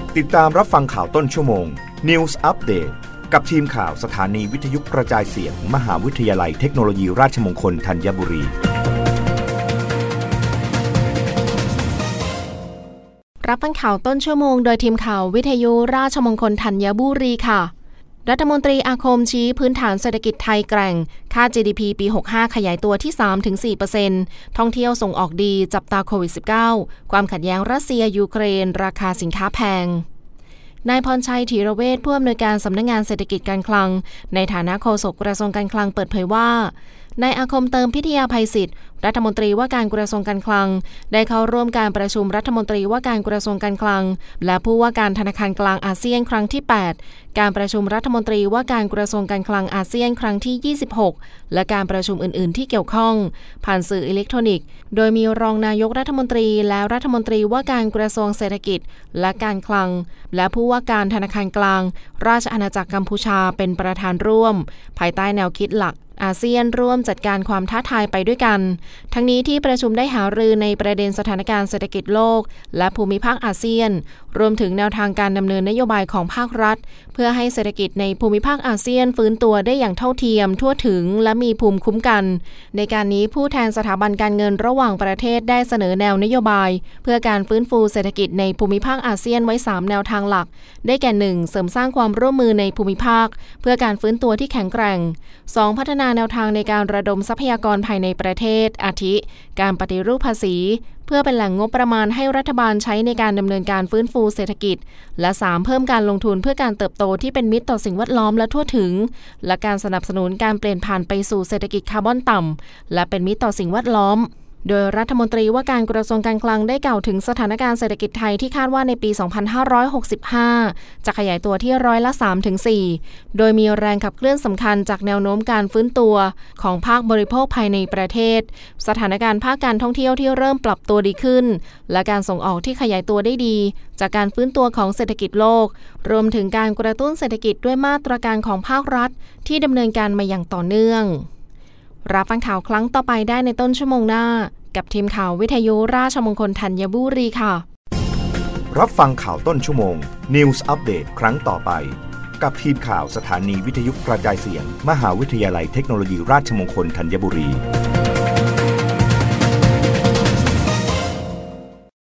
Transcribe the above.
ติดตามรับฟังข่าวต้นชั่วโมง News Update กับทีมข่าวสถานีวิทยุกระจายเสียง มหาวิทยาลัยเทคโนโลยีราชมงคลธัญบุรีรับฟังข่าวต้นชั่วโมงโดยทีมข่าววิทยุราชมงคลธัญบุรีค่ะรัฐมนตรีอาคมชี้พื้นฐานเศรษฐกิจไทยแกร่งค่า GDP ปี 65 ขยายตัวที่ 3-4% ท่องเที่ยวส่งออกดีจับตาโควิด -19 ความขัดแย้งรัสเซียยูเครนราคาสินค้าแพงนายพรชัยธีรเวชผู้อำนวยการสำนักงานเศรษฐกิจการคลังในฐานะโฆษกกระทรวงการคลังเปิดเผยว่านายอาคมเติมพิทยาภัยศิษย์รัฐมนตรีว่าการกระทรวงการคลังได้เข้าร่วมการประชุมรัฐมนตรีว่าการกระทรวงการคลังและผู้ว่าการธนาคารกลางอาเซียนครั้งที่ 8 การประชุมรัฐมนตรีว่าการกระทรวงการคลังอาเซียนครั้งที่ 26 และการประชุมอื่นๆที่เกี่ยวข้องผ่านสื่ออิเล็กทรอนิกส์โดยมีรองนายกรัฐมนตรีและรัฐมนตรีว่าการกระทรวงเศรษฐกิจและการคลังและผู้ว่าการธนาคารกลางราชอาณาจักรกัมพูชาเป็นประธานร่วมภายใต้แนวคิดหลักอาเซียนร่วมจัดการความท้าทายไปด้วยกันทั้งนี้ที่ประชุมได้หารือในประเด็นสถานการณ์เศรษฐกิจโลกและภูมิภาคอาเซียนรวมถึงแนวทางการดำเนินนโยบายของภาครัฐเพื่อให้เศรษฐกิจในภูมิภาคอาเซียนฟื้นตัวได้อย่างเท่าเทียมทั่วถึงและมีภูมิคุ้มกันในการนี้ผู้แทนสถาบันการเงินระหว่างประเทศได้เสนอแนวนโยบายเพื่อการฟื้นฟูเศรษฐกิจในภูมิภาคอาเซียนไว้3แนวทางหลักได้แก่ 1. เสริมสร้างความร่วมมือในภูมิภาคเพื่อการฟื้นตัวที่แข็งแกร่ง 2. พัฒนาแนวทางในการระดมทรัพยากรภายในประเทศอาทิการปฏิรูปภาษีเพื่อเป็นแหล่งงบประมาณให้รัฐบาลใช้ในการดำเนินการฟื้นฟูเศรษฐกิจและ 3. เพิ่มการลงทุนเพื่อการเติบโตที่เป็นมิตรต่อสิ่งแวดล้อมและทั่วถึงและการสนับสนุนการเปลี่ยนผ่านไปสู่เศรษฐกิจคาร์บอนต่ำและเป็นมิตรต่อสิ่งแวดล้อมโดยรัฐมนตรีว่าการกระทรวงการคลังได้กล่าวถึงสถานการณ์เศรษฐกิจไทยที่คาดว่าในปี 2565 จะขยายตัวที่3%-4%โดยมีแรงขับเคลื่อนสำคัญจากแนวโน้มการฟื้นตัวของภาคบริโภคภายในประเทศสถานการณ์ภาคการท่องเที่ยวที่เริ่มปรับตัวดีขึ้นและการส่งออกที่ขยายตัวได้ดีจากการฟื้นตัวของเศรษฐกิจโลกรวมถึงการกระตุ้นเศรษฐกิจด้วยมาตรการของภาครัฐที่ดำเนินการมาอย่างต่อเนื่องรับฟังข่าวครั้งต่อไปได้ในต้นชั่วโมงหน้ากับทีมข่าววิทยุราชมงคลธัญบุรีค่ะรับฟังข่าวต้นชั่วโมง News Update ครั้งต่อไปกับทีมข่าวสถานีวิทยุกระจายเสียง มหาวิทยาลัยเทคโนโลยีราชมงคลธัญบุรี